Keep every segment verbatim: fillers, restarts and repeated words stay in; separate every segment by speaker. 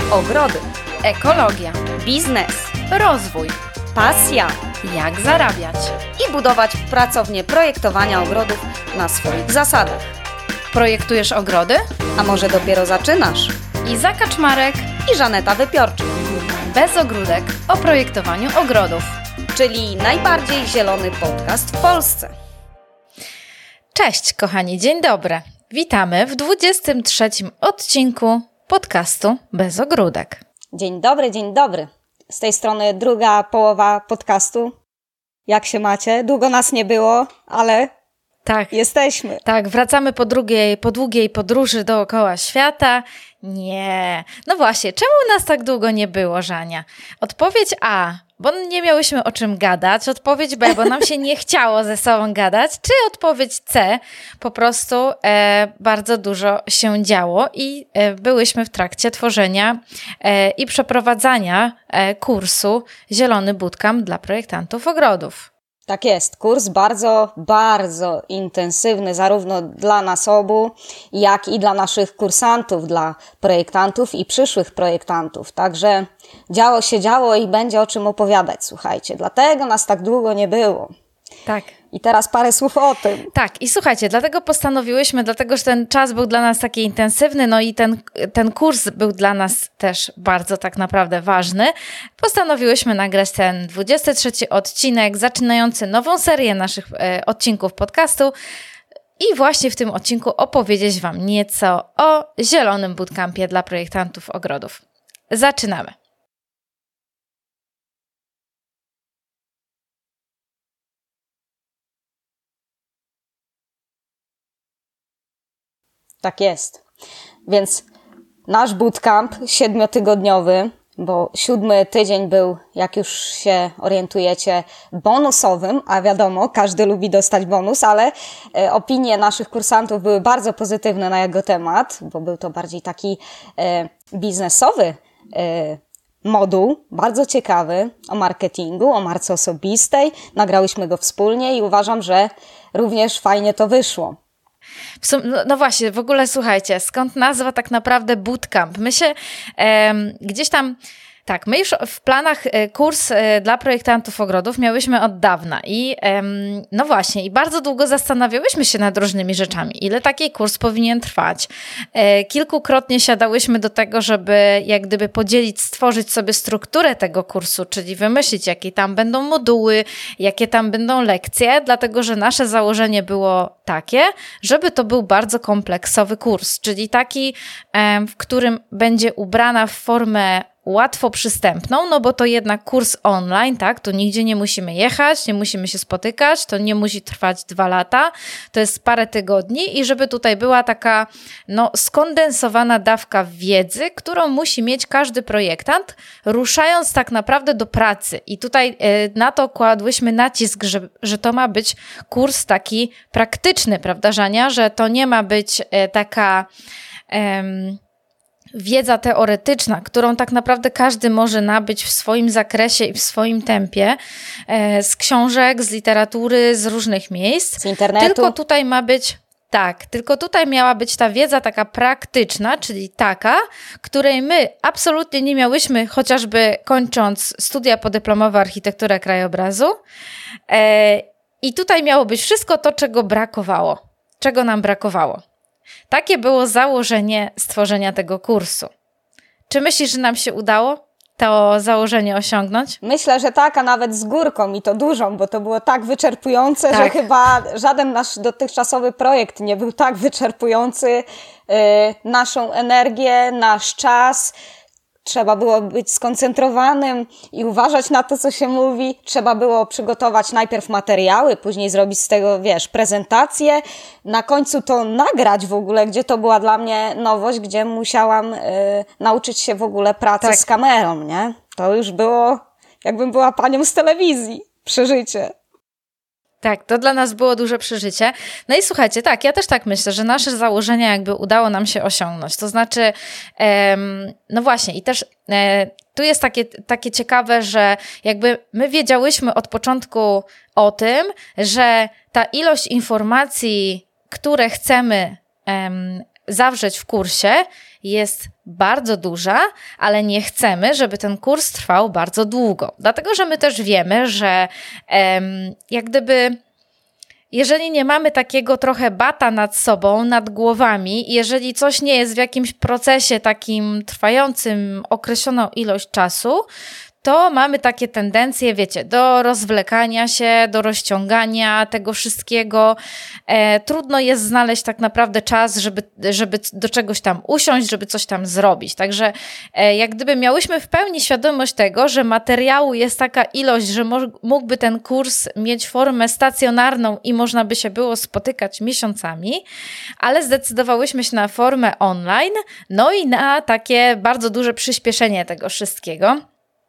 Speaker 1: ogrody,
Speaker 2: ekologia,
Speaker 1: biznes,
Speaker 2: rozwój,
Speaker 1: pasja
Speaker 2: jak zarabiać
Speaker 1: i budować pracownię projektowania ogrodów na swoich zasadach.
Speaker 2: Projektujesz ogrody?
Speaker 1: A może dopiero zaczynasz?
Speaker 2: Iza Kaczmarek
Speaker 1: I Żaneta Wypiorczyk,
Speaker 2: bez ogródek o projektowaniu ogrodów.
Speaker 1: czyli najbardziej zielony podcast w Polsce.
Speaker 2: Cześć kochani, dzień dobry. Witamy w dwudziestym trzecim odcinku podcastu Bez ogródek.
Speaker 1: Dzień dobry, dzień dobry. Z tej strony druga połowa podcastu. Jak się macie? Długo nas nie było, ale
Speaker 2: Tak,
Speaker 1: jesteśmy.
Speaker 2: tak, wracamy po drugiej, po długiej podróży dookoła świata. Nie. No właśnie, czemu nas tak długo nie było, Żania? Odpowiedź A, bo nie miałyśmy o czym gadać. Odpowiedź B, bo nam się nie chciało ze sobą gadać. Czy odpowiedź C, po prostu e, bardzo dużo się działo i e, byłyśmy w trakcie tworzenia e, i przeprowadzania e, kursu Zielony Bootcamp dla projektantów ogrodów.
Speaker 1: Tak jest, kurs bardzo, bardzo intensywny zarówno dla nas obu, jak i dla naszych kursantów, dla projektantów i przyszłych projektantów. Także działo się działo i będzie o czym opowiadać, słuchajcie. Dlatego nas tak długo nie było.
Speaker 2: Tak.
Speaker 1: I teraz parę słów o tym.
Speaker 2: Tak, i słuchajcie, dlatego postanowiłyśmy, dlatego że ten czas był dla nas taki intensywny, no i ten, ten kurs był dla nas też bardzo tak naprawdę ważny, postanowiłyśmy nagrać ten dwudziesty trzeci odcinek, zaczynający nową serię naszych e, odcinków podcastu i właśnie w tym odcinku opowiedzieć Wam nieco o Zielonym Bootcampie dla projektantów ogrodów. Zaczynamy.
Speaker 1: Tak jest. Więc nasz bootcamp siedmiotygodniowy, bo siódmy tydzień był, jak już się orientujecie, bonusowym, a wiadomo, każdy lubi dostać bonus, ale e, opinie naszych kursantów były bardzo pozytywne na jego temat, bo był to bardziej taki e, biznesowy e, moduł, bardzo ciekawy, o marketingu, o marce osobistej. Nagrałyśmy go wspólnie i uważam, że również fajnie to wyszło.
Speaker 2: W sum- no, no właśnie, w ogóle słuchajcie, skąd nazwa tak naprawdę bootcamp? My się em, gdzieś tam, tak, my już w planach e, kurs e, dla projektantów ogrodów miałyśmy od dawna i em, no właśnie, i bardzo długo zastanawiałyśmy się nad różnymi rzeczami, ile taki kurs powinien trwać. E, kilkukrotnie siadałyśmy do tego, żeby jak gdyby podzielić, stworzyć sobie strukturę tego kursu, czyli wymyślić, jakie tam będą moduły, jakie tam będą lekcje, dlatego że nasze założenie było takie, żeby to był bardzo kompleksowy kurs, czyli taki, em, w którym będzie ubrana w formę łatwo przystępną, no bo to jednak kurs online, tak, tu nigdzie nie musimy jechać, nie musimy się spotykać, to nie musi trwać dwa lata, to jest parę tygodni i żeby tutaj była taka no skondensowana dawka wiedzy, którą musi mieć każdy projektant, ruszając tak naprawdę do pracy i tutaj y, na to kładłyśmy nacisk, że, że to ma być kurs taki praktyczny, prawda Żania, że to nie ma być y, taka y, wiedza teoretyczna, którą tak naprawdę każdy może nabyć w swoim zakresie i w swoim tempie, e, z książek, z literatury, z różnych miejsc.
Speaker 1: Z internetu.
Speaker 2: Tylko tutaj ma być, tak, tylko tutaj miała być ta wiedza taka praktyczna, czyli taka, której my absolutnie nie miałyśmy, chociażby kończąc studia podyplomowe architekturę krajobrazu. E, I tutaj miało być wszystko to, czego brakowało. Czego nam brakowało. Takie było założenie stworzenia tego kursu. Czy myślisz, że nam się udało to założenie osiągnąć?
Speaker 1: Myślę, że tak, a nawet z górką i to dużą, bo to było tak wyczerpujące,
Speaker 2: Tak.
Speaker 1: że chyba żaden nasz dotychczasowy projekt nie był tak wyczerpujący. Yy, naszą energię, nasz czas. Trzeba było być skoncentrowanym i uważać na to, co się mówi. Trzeba było przygotować najpierw materiały, później zrobić z tego, wiesz, prezentację. Na końcu to nagrać w ogóle, gdzie to była dla mnie nowość, gdzie musiałam y, nauczyć się w ogóle pracy
Speaker 2: Tak.
Speaker 1: z kamerą, nie? To już było, jakbym była panią z telewizji. Przeżycie.
Speaker 2: Tak, to dla nas było duże przeżycie. No i słuchajcie, tak, ja też tak myślę, że nasze założenia jakby udało nam się osiągnąć. To znaczy, em, no właśnie i też e, tu jest takie, takie ciekawe, że jakby my wiedziałyśmy od początku o tym, że ta ilość informacji, które chcemy em, zawrzeć w kursie, jest bardzo duża, ale nie chcemy, żeby ten kurs trwał bardzo długo. Dlatego, że my też wiemy, że em, jak gdyby jeżeli nie mamy takiego trochę bata nad sobą, nad głowami, jeżeli coś nie jest w jakimś procesie takim trwającym określoną ilość czasu, to mamy takie tendencje, wiecie, do rozwlekania się, do rozciągania tego wszystkiego. E, trudno jest znaleźć tak naprawdę czas, żeby, żeby do czegoś tam usiąść, żeby coś tam zrobić. Także e, jak gdyby miałyśmy w pełni świadomość tego, że materiału jest taka ilość, że mo- mógłby ten kurs mieć formę stacjonarną i można by się było spotykać miesiącami, ale zdecydowałyśmy się na formę online, no i na takie bardzo duże przyspieszenie tego wszystkiego.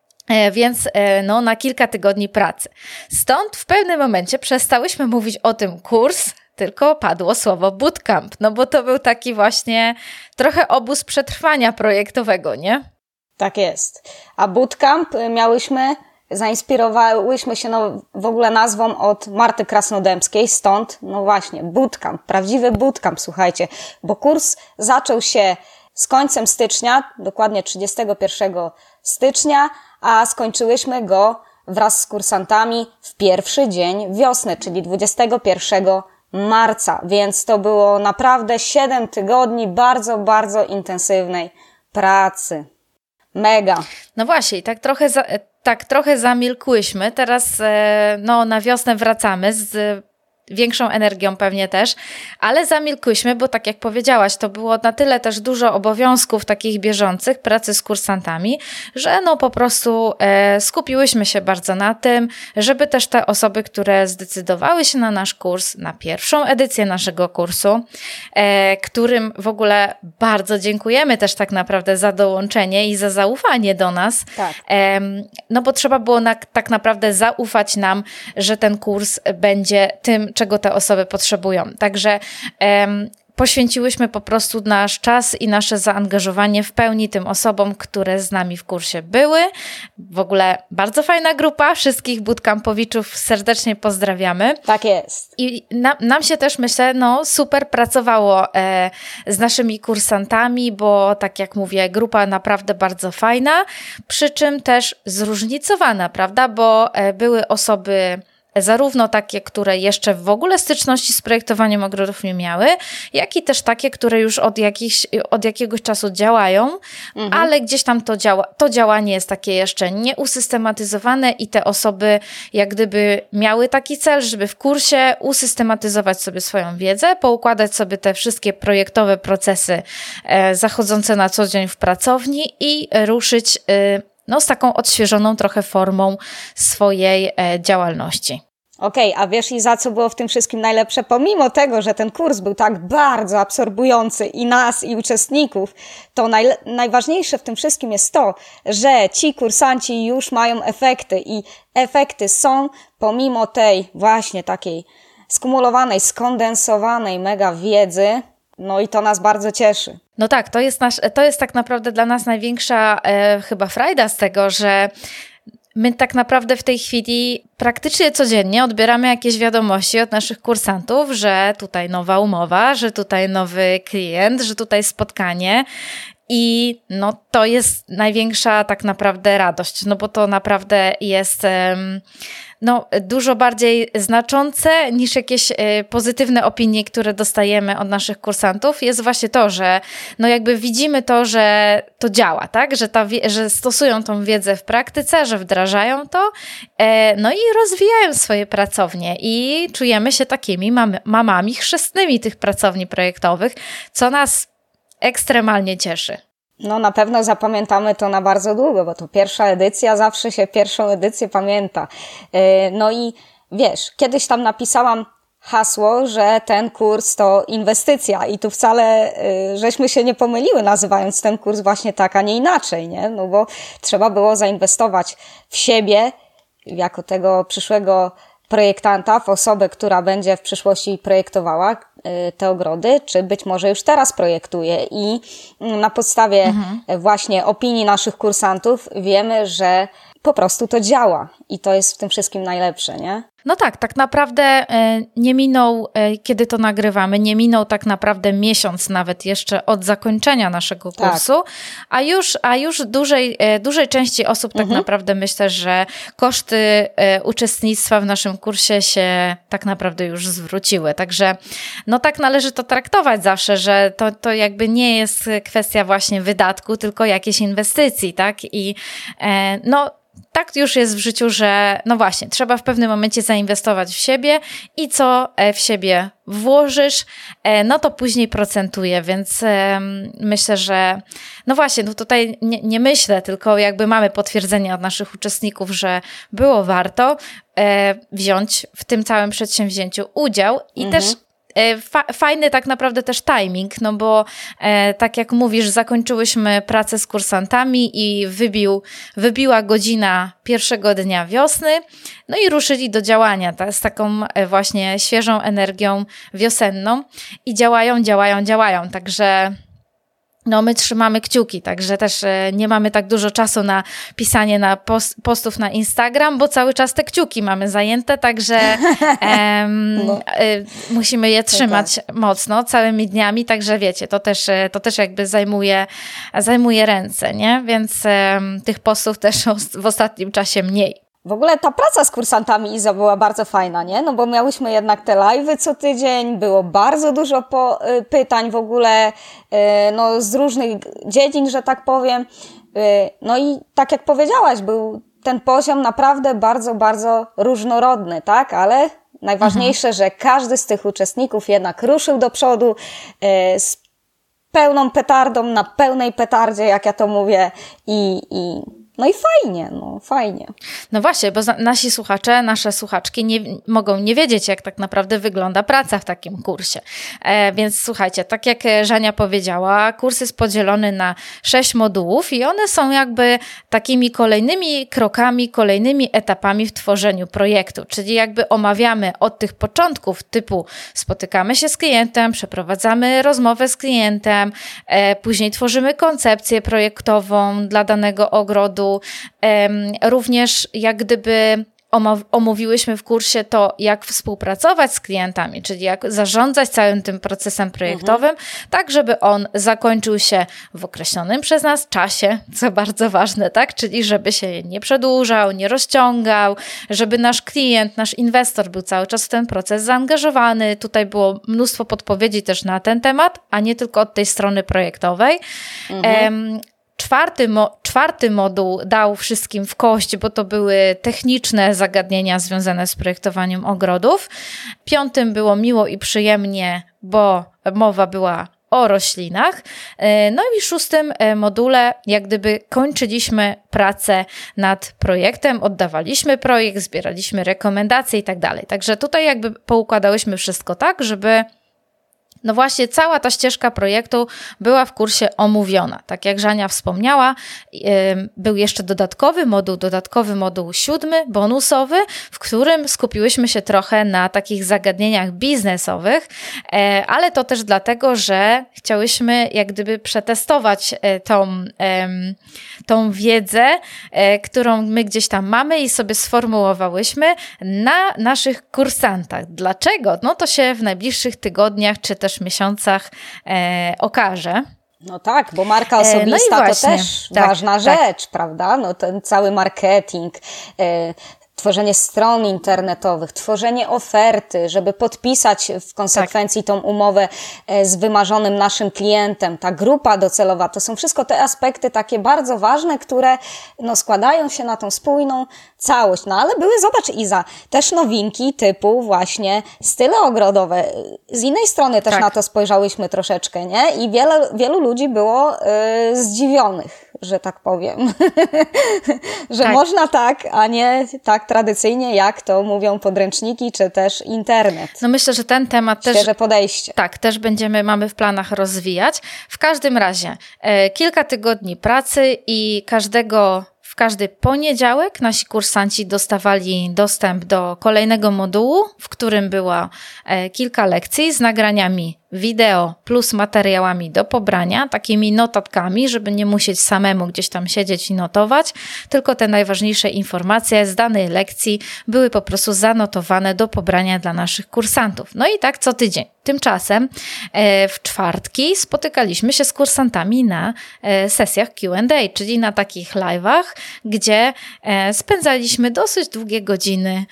Speaker 2: Więc no, na kilka tygodni pracy. Stąd w pewnym momencie przestałyśmy mówić o tym kurs, tylko padło słowo bootcamp, no bo to był taki właśnie trochę obóz przetrwania projektowego, nie?
Speaker 1: Tak jest. A bootcamp miałyśmy, zainspirowałyśmy się no, w ogóle nazwą od Marty Krasnodębskiej, stąd no właśnie bootcamp, prawdziwy bootcamp, słuchajcie, bo kurs zaczął się z końcem stycznia, dokładnie trzydziestego pierwszego stycznia, a skończyłyśmy go wraz z kursantami w pierwszy dzień wiosny, czyli dwudziestego pierwszego marca, więc to było naprawdę siedem tygodni bardzo, bardzo intensywnej pracy. Mega.
Speaker 2: No właśnie, tak trochę, za, tak trochę zamilkłyśmy, teraz no, na wiosnę wracamy z większą energią pewnie też, ale zamilkłyśmy, bo tak jak powiedziałaś, to było na tyle też dużo obowiązków takich bieżących, pracy z kursantami, że no po prostu e, skupiłyśmy się bardzo na tym, żeby też te osoby, które zdecydowały się na nasz kurs, na pierwszą edycję naszego kursu, e, którym w ogóle bardzo dziękujemy też tak naprawdę za dołączenie i za zaufanie do nas,
Speaker 1: tak.
Speaker 2: e, no bo trzeba było na, tak naprawdę zaufać nam, że ten kurs będzie tym, czego te osoby potrzebują. Także em, poświęciłyśmy po prostu nasz czas i nasze zaangażowanie w pełni tym osobom, które z nami w kursie były. W ogóle bardzo fajna grupa, wszystkich bootcampowiczów serdecznie pozdrawiamy.
Speaker 1: Tak jest.
Speaker 2: I na, nam się też, myślę, no super pracowało e, z naszymi kursantami, bo tak jak mówię, grupa naprawdę bardzo fajna, przy czym też zróżnicowana, prawda, bo e, były osoby zarówno takie, które jeszcze w ogóle styczności z projektowaniem ogrodów nie miały, jak i też takie, które już od, jakichś, od jakiegoś czasu działają, mhm. ale gdzieś tam to, działa, to działanie jest takie jeszcze nieusystematyzowane i te osoby jak gdyby miały taki cel, żeby w kursie usystematyzować sobie swoją wiedzę, poukładać sobie te wszystkie projektowe procesy e, zachodzące na co dzień w pracowni i ruszyć e, no, z taką odświeżoną trochę formą swojej e, działalności.
Speaker 1: Okej, okay, a wiesz i za co było w tym wszystkim najlepsze? Pomimo tego, że ten kurs był tak bardzo absorbujący i nas, i uczestników, to naj, najważniejsze w tym wszystkim jest to, że ci kursanci już mają efekty i efekty są pomimo tej właśnie takiej skumulowanej, skondensowanej mega wiedzy, no i to nas bardzo cieszy.
Speaker 2: No tak, to jest, nasz, to jest tak naprawdę dla nas największa e, chyba frajda z tego, że my tak naprawdę w tej chwili praktycznie codziennie odbieramy jakieś wiadomości od naszych kursantów, że tutaj nowa umowa, że tutaj nowy klient, że tutaj spotkanie. I no to jest największa tak naprawdę radość, no bo to naprawdę jest um, no, dużo bardziej znaczące niż jakieś y, pozytywne opinie, które dostajemy od naszych kursantów. Jest właśnie to, że no jakby widzimy to, że to działa, tak? Że, ta, że stosują tą wiedzę w praktyce, że wdrażają to, e, no i rozwijają swoje pracownie i czujemy się takimi mam, mamami chrzestnymi tych pracowni projektowych, co nas ekstremalnie cieszy.
Speaker 1: No na pewno zapamiętamy to na bardzo długo, bo to pierwsza edycja, zawsze się pierwszą edycję pamięta. No i wiesz, kiedyś tam napisałam hasło, że ten kurs to inwestycja i tu wcale żeśmy się nie pomyliły, nazywając ten kurs właśnie tak, a nie inaczej, nie? No bo trzeba było zainwestować w siebie, jako tego przyszłego projektanta, w osobę, która będzie w przyszłości projektowała te ogrody, czy być może już teraz projektuje i na podstawie mhm. właśnie opinii naszych kursantów wiemy, że po prostu to działa i to jest w tym wszystkim najlepsze, nie?
Speaker 2: No tak, tak naprawdę nie minął, kiedy to nagrywamy, nie minął tak naprawdę miesiąc nawet jeszcze od zakończenia naszego kursu, tak. a już, a już dużej, dużej części osób mhm. tak naprawdę myślę, że koszty uczestnictwa w naszym kursie się tak naprawdę już zwróciły. Także no tak należy to traktować zawsze, że to, to jakby nie jest kwestia właśnie wydatku, tylko jakiejś inwestycji, tak? I no tak już jest w życiu, że no właśnie, trzeba w pewnym momencie zainwestować w siebie i co w siebie włożysz, no to później procentuje, więc myślę, że no właśnie, no tutaj nie, nie myślę, tylko jakby mamy potwierdzenie od naszych uczestników, że było warto wziąć w tym całym przedsięwzięciu udział i mhm. też fajny tak naprawdę też timing, no bo e, tak jak mówisz, zakończyłyśmy pracę z kursantami i wybił, wybiła godzina pierwszego dnia wiosny, no i ruszyli do działania ta, z taką właśnie świeżą energią wiosenną i działają, działają, działają, także no my trzymamy kciuki, także też nie mamy tak dużo czasu na pisanie na post, postów na Instagram, bo cały czas te kciuki mamy zajęte, także em, no. y, musimy je trzymać no tak. mocno całymi dniami, także wiecie, to też, to też jakby zajmuje, zajmuje ręce, nie? Więc em, tych postów też w ostatnim czasie mniej.
Speaker 1: W ogóle ta praca z kursantami, Iza, była bardzo fajna, nie? No bo miałyśmy jednak te live'y co tydzień, było bardzo dużo po, y, pytań w ogóle, y, no z różnych dziedzin, że tak powiem. Y, no i tak jak powiedziałaś, był ten poziom naprawdę bardzo, bardzo różnorodny, tak? Ale najważniejsze, mhm. że każdy z tych uczestników jednak ruszył do przodu y, z pełną petardą, na pełnej petardzie, jak ja to mówię, i... i No i fajnie, no fajnie.
Speaker 2: No właśnie, bo nasi słuchacze, nasze słuchaczki nie, mogą nie wiedzieć, jak tak naprawdę wygląda praca w takim kursie. E, więc słuchajcie, tak jak Żania powiedziała, kurs jest podzielony na sześć modułów i one są jakby takimi kolejnymi krokami, kolejnymi etapami w tworzeniu projektu, czyli jakby omawiamy od tych początków typu spotykamy się z klientem, przeprowadzamy rozmowę z klientem, e, później tworzymy koncepcję projektową dla danego ogrodu. Również jak gdyby omówiłyśmy w kursie to, jak współpracować z klientami, czyli jak zarządzać całym tym procesem projektowym, mhm. tak żeby on zakończył się w określonym przez nas czasie, co bardzo ważne, tak? Czyli żeby się nie przedłużał, nie rozciągał, żeby nasz klient, nasz inwestor był cały czas w ten proces zaangażowany. Tutaj było mnóstwo podpowiedzi też na ten temat, a nie tylko od tej strony projektowej. Mhm. Um, Czwarty, mo- czwarty moduł dał wszystkim w kość, bo to były techniczne zagadnienia związane z projektowaniem ogrodów. Piątym było miło i przyjemnie, bo mowa była o roślinach. No i w szóstym module jak gdyby kończyliśmy pracę nad projektem, oddawaliśmy projekt, zbieraliśmy rekomendacje i tak dalej. Także tutaj jakby poukładałyśmy wszystko tak, żeby no właśnie cała ta ścieżka projektu była w kursie omówiona. Tak jak Żania wspomniała, był jeszcze dodatkowy moduł, dodatkowy moduł siódmy, bonusowy, w którym skupiłyśmy się trochę na takich zagadnieniach biznesowych, ale to też dlatego, że chciałyśmy jak gdyby przetestować tą, tą wiedzę, którą my gdzieś tam mamy i sobie sformułowałyśmy na naszych kursantach. Dlaczego? No to się w najbliższych tygodniach czy też miesiącach e, okaże.
Speaker 1: No tak, bo marka osobista no to też tak, ważna tak. rzecz, prawda? No ten cały marketing, e, tworzenie stron internetowych, tworzenie oferty, żeby podpisać w konsekwencji tak. tą umowę z wymarzonym naszym klientem, ta grupa docelowa, to są wszystko te aspekty takie bardzo ważne, które no, składają się na tą spójną całość. No ale były, zobacz Iza, też nowinki typu właśnie style ogrodowe. Z innej strony też tak. na to spojrzałyśmy troszeczkę, nie? I wiele, wielu ludzi było yy, zdziwionych, że tak powiem. że tak. można tak, a nie tak tradycyjnie, jak to mówią podręczniki, czy też internet.
Speaker 2: No myślę, że ten temat też...
Speaker 1: Świeże podejście.
Speaker 2: Tak, też będziemy, mamy w planach rozwijać. W każdym razie e, kilka tygodni pracy i każdego... W każdy poniedziałek nasi kursanci dostawali dostęp do kolejnego modułu, w którym było e, kilka lekcji z nagraniami wideo plus materiałami do pobrania, takimi notatkami, żeby nie musieć samemu gdzieś tam siedzieć i notować, tylko te najważniejsze informacje z danej lekcji były po prostu zanotowane do pobrania dla naszych kursantów. No i tak co tydzień. Tymczasem e, w czwartki spotykaliśmy się z kursantami na e, sesjach Q and A, czyli na takich live'ach, gdzie e, spędzaliśmy dosyć długie godziny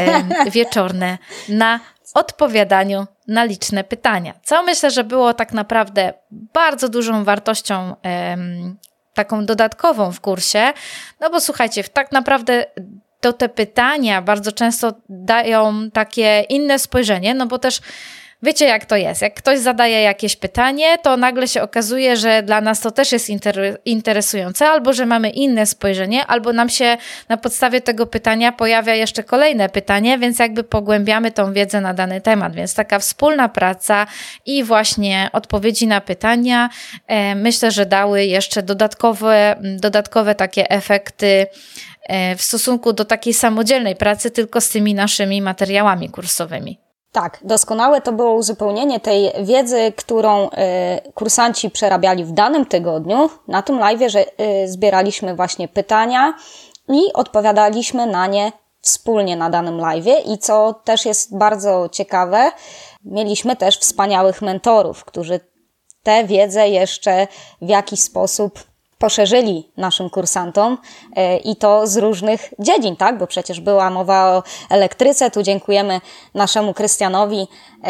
Speaker 2: e, wieczorne na odpowiadaniu na liczne pytania. Co myślę, że było tak naprawdę bardzo dużą wartością em, taką dodatkową w kursie, no bo słuchajcie, tak naprawdę to te pytania bardzo często dają takie inne spojrzenie, no bo też wiecie, jak to jest. Jak ktoś zadaje jakieś pytanie, to nagle się okazuje, że dla nas to też jest inter- interesujące, albo że mamy inne spojrzenie, albo nam się na podstawie tego pytania pojawia jeszcze kolejne pytanie, więc jakby pogłębiamy tą wiedzę na dany temat. Więc taka wspólna praca i właśnie odpowiedzi na pytania e, myślę, że dały jeszcze dodatkowe, dodatkowe takie efekty e, w stosunku do takiej samodzielnej pracy tylko z tymi naszymi materiałami kursowymi.
Speaker 1: Tak, doskonałe to było uzupełnienie tej wiedzy, którą y, kursanci przerabiali w danym tygodniu na tym live'ie, że y, zbieraliśmy właśnie pytania i odpowiadaliśmy na nie wspólnie na danym live'ie i co też jest bardzo ciekawe, mieliśmy też wspaniałych mentorów, którzy tę wiedzę jeszcze w jakiś sposób poszerzyli naszym kursantom i to z różnych dziedzin, tak? Bo przecież była mowa o elektryce. Tu dziękujemy naszemu Krystianowi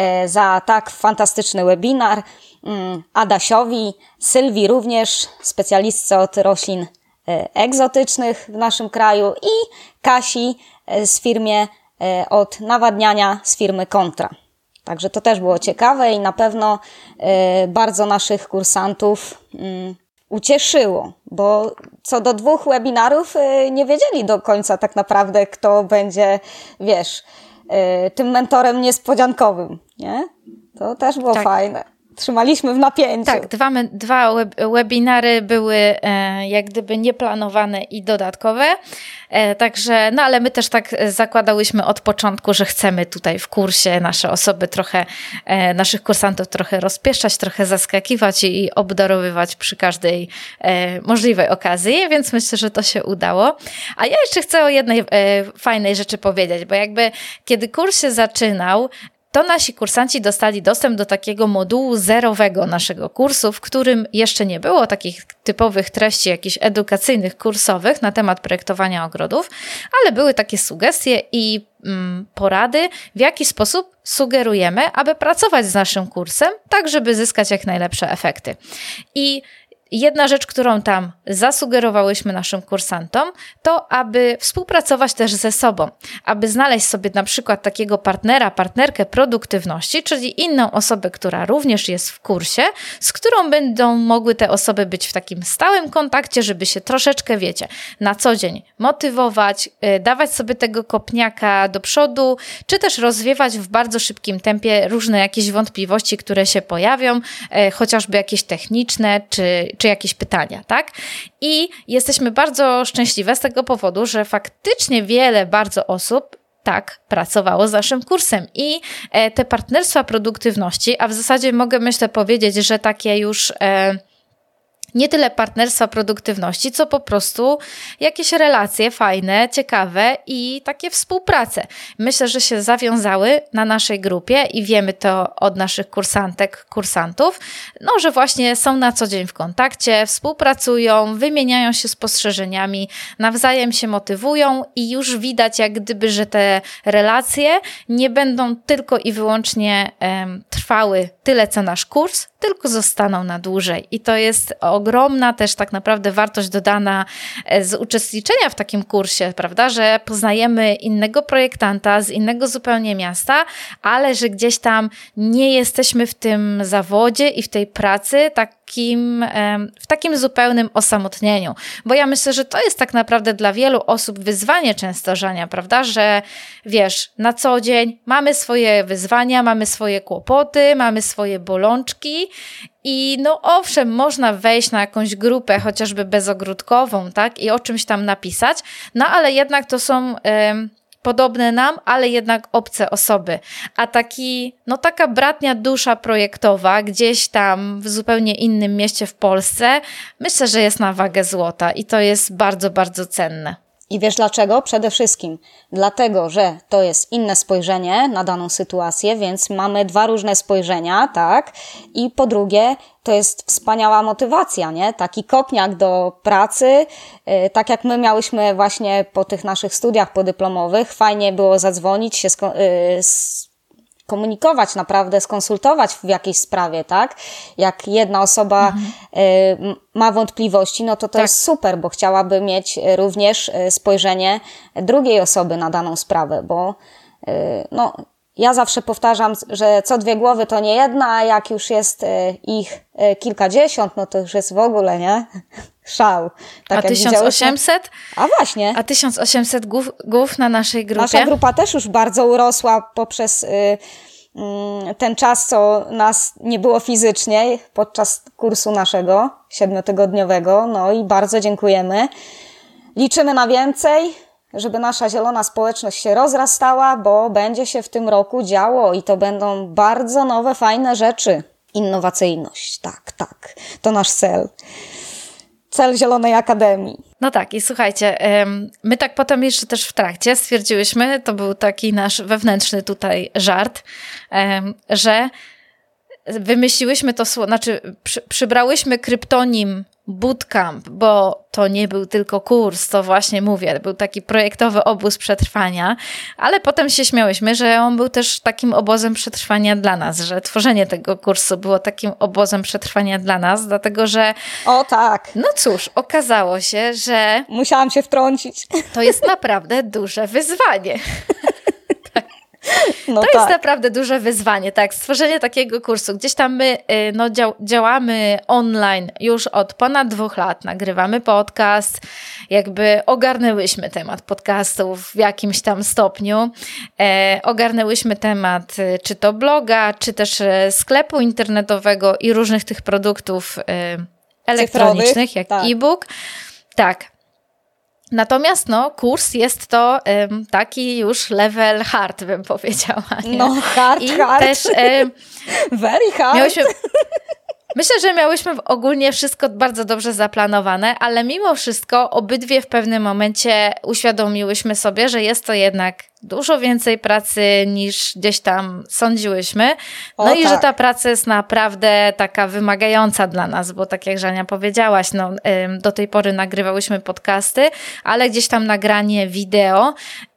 Speaker 1: za tak fantastyczny webinar, Adasiowi, Sylwii również, specjalistce od roślin egzotycznych w naszym kraju i Kasi z firmie od nawadniania z firmy Kontra. Także to też było ciekawe i na pewno bardzo naszych kursantów ucieszyło, bo co do dwóch webinarów nie wiedzieli do końca tak naprawdę, kto będzie, wiesz, tym mentorem niespodziankowym, nie? To też było tak fajne. Trzymaliśmy w napięciu.
Speaker 2: Tak, dwa, dwa web, webinary były e, jak gdyby nieplanowane i dodatkowe, e, także, no ale my też tak zakładałyśmy od początku, że chcemy tutaj w kursie nasze osoby trochę, e, naszych kursantów trochę rozpieszczać, trochę zaskakiwać i, i obdarowywać przy każdej e, możliwej okazji, więc myślę, że to się udało. A ja jeszcze chcę o jednej e, fajnej rzeczy powiedzieć, bo jakby kiedy kurs się zaczynał, to nasi kursanci dostali dostęp do takiego modułu zerowego naszego kursu, w którym jeszcze nie było takich typowych treści jakichś edukacyjnych, kursowych na temat projektowania ogrodów, ale były takie sugestie i mm, porady, w jaki sposób sugerujemy, aby pracować z naszym kursem, tak żeby zyskać jak najlepsze efekty. I jedna rzecz, którą tam zasugerowałyśmy naszym kursantom, to aby współpracować też ze sobą, aby znaleźć sobie na przykład takiego partnera, partnerkę produktywności, czyli inną osobę, która również jest w kursie, z którą będą mogły te osoby być w takim stałym kontakcie, żeby się troszeczkę, wiecie, na co dzień motywować, dawać sobie tego kopniaka do przodu, czy też rozwiewać w bardzo szybkim tempie różne jakieś wątpliwości, które się pojawią, chociażby jakieś techniczne, czy czy jakieś pytania, tak? I jesteśmy bardzo szczęśliwe z tego powodu, że faktycznie wiele bardzo osób tak pracowało z naszym kursem i e, te partnerstwa produktywności, a w zasadzie mogę myślę powiedzieć, że takie już e, nie tyle partnerstwa produktywności, co po prostu jakieś relacje fajne, ciekawe i takie współprace. Myślę, że się zawiązały na naszej grupie i wiemy to od naszych kursantek, kursantów, no, że właśnie są na co dzień w kontakcie, współpracują, wymieniają się spostrzeżeniami, nawzajem się motywują i już widać jak gdyby, że te relacje nie będą tylko i wyłącznie em, trwały tyle, co nasz kurs, tylko zostaną na dłużej. I to jest ogromna też tak naprawdę wartość dodana z uczestniczenia w takim kursie, prawda, że poznajemy innego projektanta z innego zupełnie miasta, ale że gdzieś tam nie jesteśmy w tym zawodzie i w tej pracy takim, w takim zupełnym osamotnieniu. Bo ja myślę, że to jest tak naprawdę dla wielu osób wyzwanie często, Żania, prawda, że wiesz, na co dzień mamy swoje wyzwania, mamy swoje kłopoty, mamy swoje bolączki i no owszem, można wejść na jakąś grupę, chociażby bezogródkową, tak, i o czymś tam napisać, no ale jednak to są y, podobne nam, ale jednak obce osoby. A taki, no taka bratnia dusza projektowa gdzieś tam w zupełnie innym mieście w Polsce, myślę, że jest na wagę złota i to jest bardzo, bardzo cenne.
Speaker 1: I wiesz dlaczego? Przede wszystkim dlatego, że to jest inne spojrzenie na daną sytuację, więc mamy dwa różne spojrzenia, tak? I po drugie, to jest wspaniała motywacja, nie? Taki kopniak do pracy, yy, tak jak my miałyśmy właśnie po tych naszych studiach podyplomowych, fajnie było zadzwonić się, sko- yy, s- komunikować naprawdę, skonsultować w jakiejś sprawie, tak? Jak jedna osoba mhm. y, ma wątpliwości, no to to tak. jest super, bo chciałaby mieć również spojrzenie drugiej osoby na daną sprawę, bo y, no, ja zawsze powtarzam, że co dwie głowy to nie jedna, a jak już jest y, ich y, kilkadziesiąt, no to już jest w ogóle, nie? Szał. Tak
Speaker 2: a tysiąc osiemset?
Speaker 1: A właśnie.
Speaker 2: A tysiąc osiemset głów, głów na naszej grupie?
Speaker 1: Nasza grupa też już bardzo urosła poprzez y, y, ten czas, co nas nie było fizycznie podczas kursu naszego siedmiotygodniowego. No i bardzo dziękujemy. Liczymy na więcej, żeby nasza zielona społeczność się rozrastała, bo będzie się w tym roku działo i to będą bardzo nowe, fajne rzeczy. Innowacyjność, tak, tak. To nasz cel. Cel Zielonej Akademii.
Speaker 2: No tak i słuchajcie, my tak potem jeszcze też w trakcie stwierdziłyśmy, to był taki nasz wewnętrzny tutaj żart, że wymyśliłyśmy to słowo, znaczy przy, przybrałyśmy kryptonim bootcamp, bo to nie był tylko kurs, to właśnie mówię, był taki projektowy obóz przetrwania, ale potem się śmiałyśmy, że on był też takim obozem przetrwania dla nas, że tworzenie tego kursu było takim obozem przetrwania dla nas, dlatego że...
Speaker 1: O tak.
Speaker 2: No cóż, okazało się, że...
Speaker 1: Musiałam się wtrącić.
Speaker 2: To jest naprawdę duże wyzwanie.
Speaker 1: No
Speaker 2: to
Speaker 1: tak.
Speaker 2: jest naprawdę duże wyzwanie, tak, stworzenie takiego kursu. Gdzieś tam my no, dział, działamy online już od ponad dwóch lat, nagrywamy podcast, jakby ogarnęłyśmy temat podcastów w jakimś tam stopniu, e, ogarnęłyśmy temat czy to bloga, czy też sklepu internetowego i różnych tych produktów e, elektronicznych, cyfrowych, jak tak. e-book. Tak. Natomiast no, kurs jest to um, taki już level hard, bym powiedziała. Nie?
Speaker 1: No hard,
Speaker 2: I
Speaker 1: hard.
Speaker 2: też um,
Speaker 1: very hard.
Speaker 2: Miałyśmy, myślę, że miałyśmy ogólnie wszystko bardzo dobrze zaplanowane, ale mimo wszystko obydwie w pewnym momencie uświadomiłyśmy sobie, że jest to jednak dużo więcej pracy niż gdzieś tam sądziłyśmy. No o, i tak. że ta praca jest naprawdę taka wymagająca dla nas, bo tak jak Żania powiedziałaś, no, do tej pory nagrywałyśmy podcasty, ale gdzieś tam nagranie wideo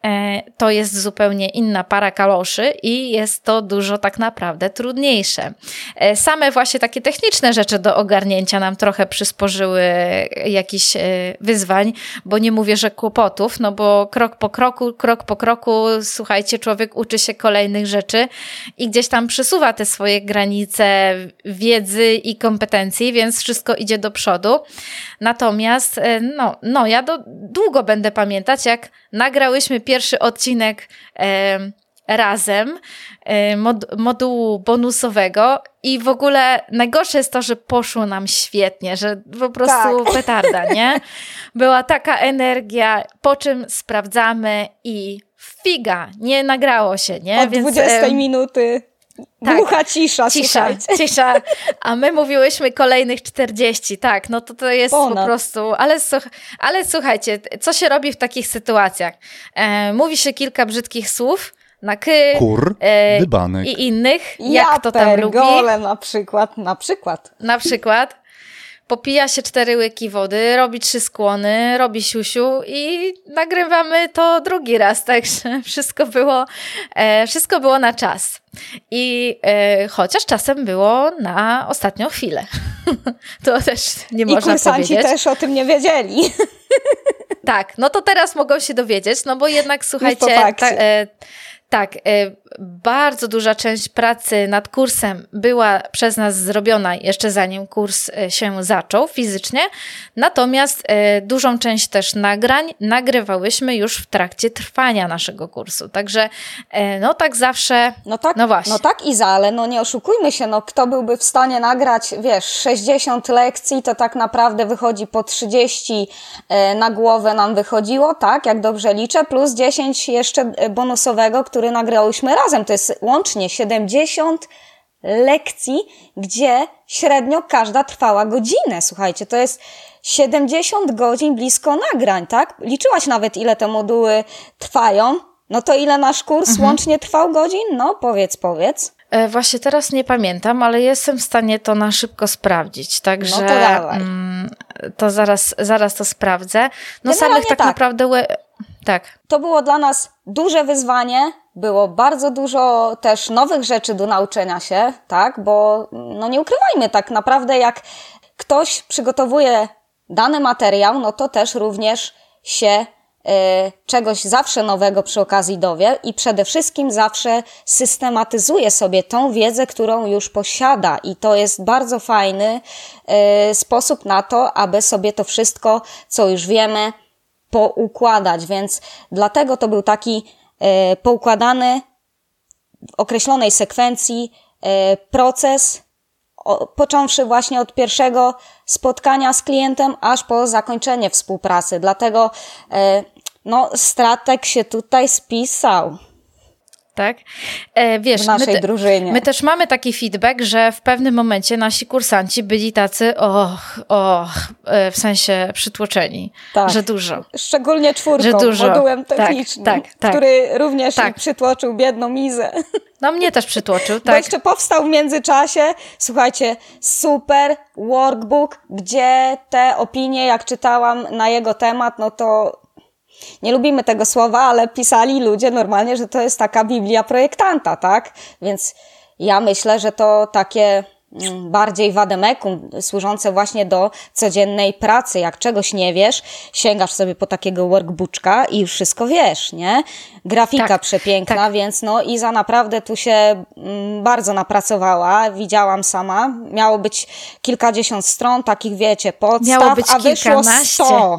Speaker 2: to jest zupełnie inna para kaloszy i jest to dużo tak naprawdę trudniejsze. Same właśnie takie techniczne rzeczy do ogarnięcia nam trochę przysporzyły jakichś wyzwań, bo nie mówię, że kłopotów, no bo krok po kroku, krok po kroku słuchajcie, człowiek uczy się kolejnych rzeczy i gdzieś tam przesuwa te swoje granice wiedzy i kompetencji, więc wszystko idzie do przodu. Natomiast no, no ja do, długo będę pamiętać, jak nagrałyśmy pierwszy odcinek e, razem e, mod, modułu bonusowego i w ogóle najgorsze jest to, że poszło nam świetnie, że po prostu tak. petarda, nie? Była taka energia, po czym sprawdzamy i figa, nie nagrało się, nie?
Speaker 1: Od
Speaker 2: Więc,
Speaker 1: dwudziestej e, minuty tak, głucha cisza,
Speaker 2: cisza, cisza, a my mówiłyśmy kolejnych czterdzieści, tak, no to to jest Ponad. po prostu, ale, ale słuchajcie, co się robi w takich sytuacjach? E, mówi się kilka brzydkich słów, na ky,
Speaker 3: kur,
Speaker 2: e,
Speaker 3: dybanek
Speaker 2: i innych,
Speaker 1: ja
Speaker 2: jak to tam lubi.
Speaker 1: na przykład, na przykład.
Speaker 2: Na przykład. Popija się cztery łyki wody, robi trzy skłony, robi siusiu i nagrywamy to drugi raz, także wszystko było, e, wszystko było na czas. I e, chociaż czasem było na ostatnią chwilę. To też nie można powiedzieć.
Speaker 1: I kursanci też o tym nie wiedzieli.
Speaker 2: Tak, no to teraz mogą się dowiedzieć, no bo jednak słuchajcie, ta, e, tak, e, bardzo duża część pracy nad kursem była przez nas zrobiona jeszcze zanim kurs się zaczął fizycznie, natomiast e, dużą część też nagrań nagrywałyśmy już w trakcie trwania naszego kursu. Także e, no tak zawsze,
Speaker 1: no tak,
Speaker 2: no właśnie.
Speaker 1: No tak Iza, ale no nie oszukujmy się, no kto byłby w stanie nagrać, wiesz, sześćdziesiąt lekcji, to tak naprawdę wychodzi po trzydzieści e, na głowę nam wychodziło, tak, jak dobrze liczę, plus dziesięć jeszcze bonusowego, który nagrałyśmy razem. To jest łącznie siedemdziesiąt lekcji, gdzie średnio każda trwała godzinę. Słuchajcie, to jest siedemdziesiąt godzin blisko nagrań, tak? Liczyłaś nawet, ile te moduły trwają. No to ile nasz kurs mhm. łącznie trwał godzin? No powiedz, powiedz.
Speaker 2: E, właśnie teraz nie pamiętam, ale jestem w stanie to na szybko sprawdzić. Także
Speaker 1: no to dawaj.
Speaker 2: Mm, to zaraz, zaraz to sprawdzę. No samych tak, tak naprawdę... Tak.
Speaker 1: To było dla nas duże wyzwanie, było bardzo dużo też nowych rzeczy do nauczenia się, tak, bo no nie ukrywajmy, tak naprawdę jak ktoś przygotowuje dany materiał, no to też również się y, czegoś zawsze nowego przy okazji dowie i przede wszystkim zawsze systematyzuje sobie tą wiedzę, którą już posiada i to jest bardzo fajny y, sposób na to, aby sobie to wszystko, co już wiemy, poukładać, więc dlatego to był taki e, poukładany w określonej sekwencji e, proces, o, począwszy właśnie od pierwszego spotkania z klientem, aż po zakończenie współpracy. Dlatego e, no, strateg się tutaj spisał.
Speaker 2: Tak? E, wiesz,
Speaker 1: w naszej
Speaker 2: my, te,
Speaker 1: drużynie.
Speaker 2: my też mamy taki feedback, że w pewnym momencie nasi kursanci byli tacy och, och, e, w sensie przytłoczeni, tak. że dużo.
Speaker 1: Szczególnie czwórką, że dużo. Modułem technicznym, tak, tak, tak. który również tak. przytłoczył biedną Mizę.
Speaker 2: No mnie też przytłoczył, tak.
Speaker 1: Bo jeszcze powstał w międzyczasie, słuchajcie, super workbook, gdzie te opinie, jak czytałam na jego temat, no to nie lubimy tego słowa, ale pisali ludzie normalnie, że to jest taka Biblia projektanta, tak? Więc ja myślę, że to takie bardziej wademekum służące właśnie do codziennej pracy. Jak czegoś nie wiesz, sięgasz sobie po takiego workbooka i już wszystko wiesz, nie? Grafika tak, przepiękna, tak. Więc no Iza naprawdę tu się bardzo napracowała. Widziałam sama. Miało być kilkadziesiąt stron, takich wiecie, podstaw,
Speaker 2: Miało być
Speaker 1: a wyszło sto.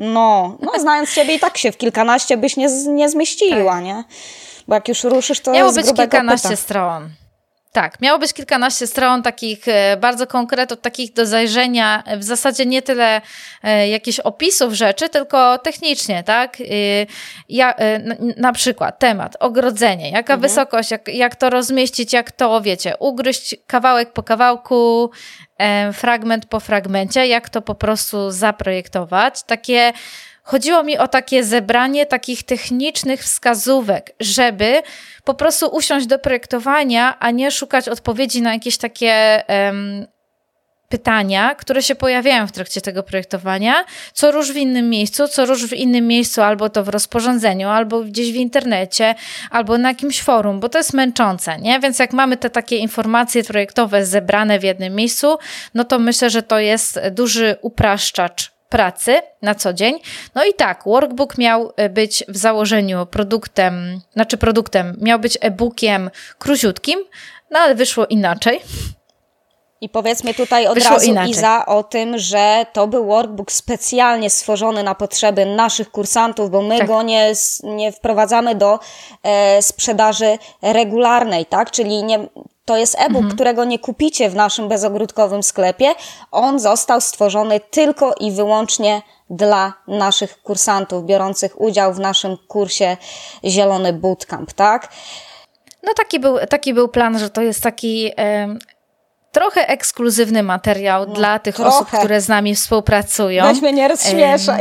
Speaker 1: No, no znając ciebie i tak się w kilkanaście byś nie, nie zmieściła, tak. nie? Bo jak już ruszysz, to
Speaker 2: miało
Speaker 1: z
Speaker 2: być kilkanaście pyta. stron. Tak, miało być kilkanaście stron takich bardzo konkretów, takich do zajrzenia, w zasadzie nie tyle e, jakichś opisów rzeczy, tylko technicznie, tak? Y, ja, y, na, na przykład temat, ogrodzenie, jaka mhm. wysokość, jak, jak to rozmieścić, jak to, wiecie, ugryźć kawałek po kawałku, e, fragment po fragmencie, jak to po prostu zaprojektować. Takie Chodziło mi o takie zebranie takich technicznych wskazówek, żeby po prostu usiąść do projektowania, a nie szukać odpowiedzi na jakieś takie um, pytania, które się pojawiają w trakcie tego projektowania, co róż w innym miejscu, co róż w innym miejscu, albo to w rozporządzeniu, albo gdzieś w internecie, albo na jakimś forum, bo to jest męczące, nie? Więc jak mamy te takie informacje projektowe zebrane w jednym miejscu, no to myślę, że to jest duży upraszczacz pracy na co dzień. No i tak, workbook miał być w założeniu produktem, znaczy produktem, miał być e-bookiem króciutkim, no ale wyszło inaczej.
Speaker 1: I powiedzmy tutaj od
Speaker 2: wyszło
Speaker 1: razu
Speaker 2: inaczej.
Speaker 1: Iza o tym, że to był workbook specjalnie stworzony na potrzeby naszych kursantów, bo my tak. go nie, nie wprowadzamy do e, sprzedaży regularnej, tak? Czyli nie... To jest e-book, mhm. którego nie kupicie w naszym bezogródkowym sklepie. On został stworzony tylko i wyłącznie dla naszych kursantów biorących udział w naszym kursie Zielony Bootcamp, tak?
Speaker 2: No taki był, taki był plan, że to jest taki e, trochę ekskluzywny materiał no, dla tych trochę. osób, które z nami współpracują.
Speaker 1: Weź mnie nie rozśmieszaj.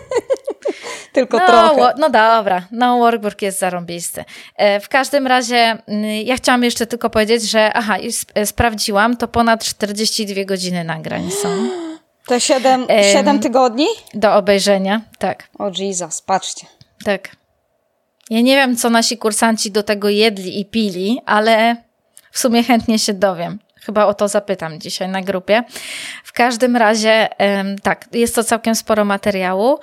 Speaker 1: Tylko
Speaker 2: no,
Speaker 1: trochę.
Speaker 2: No dobra, no workbook jest zarąbisty. W każdym razie ja chciałam jeszcze tylko powiedzieć, że aha, sprawdziłam, to ponad czterdzieści dwie godziny nagrań są.
Speaker 1: To siedem, siedem tygodni?
Speaker 2: Do obejrzenia, tak.
Speaker 1: O Jesus, patrzcie.
Speaker 2: Tak. Ja nie wiem, co nasi kursanci do tego jedli i pili, ale w sumie chętnie się dowiem. Chyba o to zapytam dzisiaj na grupie. W każdym razie, tak, jest to całkiem sporo materiału.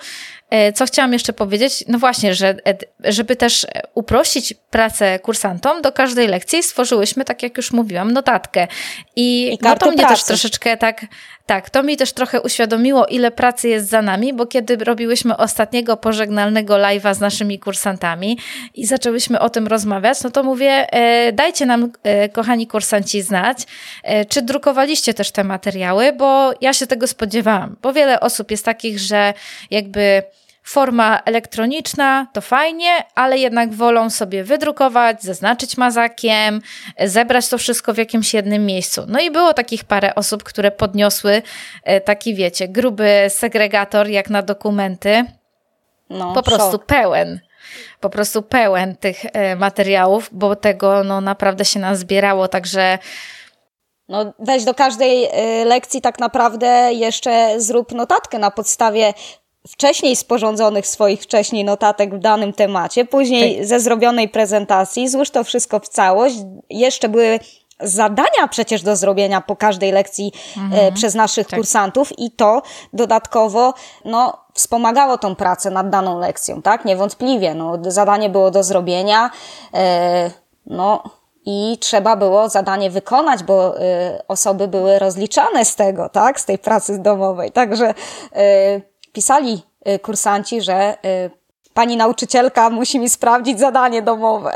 Speaker 2: co chciałam jeszcze powiedzieć? No właśnie, że żeby też uprościć pracę kursantom, do każdej lekcji stworzyłyśmy, tak jak już mówiłam, notatkę. I, I no to mnie pracy. też troszeczkę tak... Tak, to mi też trochę uświadomiło, ile pracy jest za nami, bo kiedy robiłyśmy ostatniego pożegnalnego live'a z naszymi kursantami i zaczęłyśmy o tym rozmawiać, no to mówię, e, dajcie nam, e, kochani kursanci, znać, e, czy drukowaliście też te materiały, bo ja się tego spodziewałam, bo wiele osób jest takich, że jakby forma elektroniczna to fajnie, ale jednak wolą sobie wydrukować, zaznaczyć mazakiem, zebrać to wszystko w jakimś jednym miejscu. No i było takich parę osób, które podniosły taki, wiecie, gruby segregator jak na dokumenty. No, po prostu szok. pełen. Po prostu pełen tych materiałów, bo tego no naprawdę się nazbierało, także...
Speaker 1: No weź do każdej lekcji tak naprawdę jeszcze zrób notatkę na podstawie wcześniej sporządzonych swoich wcześniej notatek w danym temacie, później tak. ze zrobionej prezentacji, złóż to wszystko w całość. Jeszcze były zadania przecież do zrobienia po każdej lekcji mhm. e, przez naszych tak. kursantów i to dodatkowo no, wspomagało tą pracę nad daną lekcją, tak? Niewątpliwie. No, zadanie było do zrobienia, e, no i trzeba było zadanie wykonać, bo e, osoby były rozliczane z tego, tak? Z tej pracy domowej. Także e, pisali kursanci, że y, pani nauczycielka musi mi sprawdzić zadanie domowe.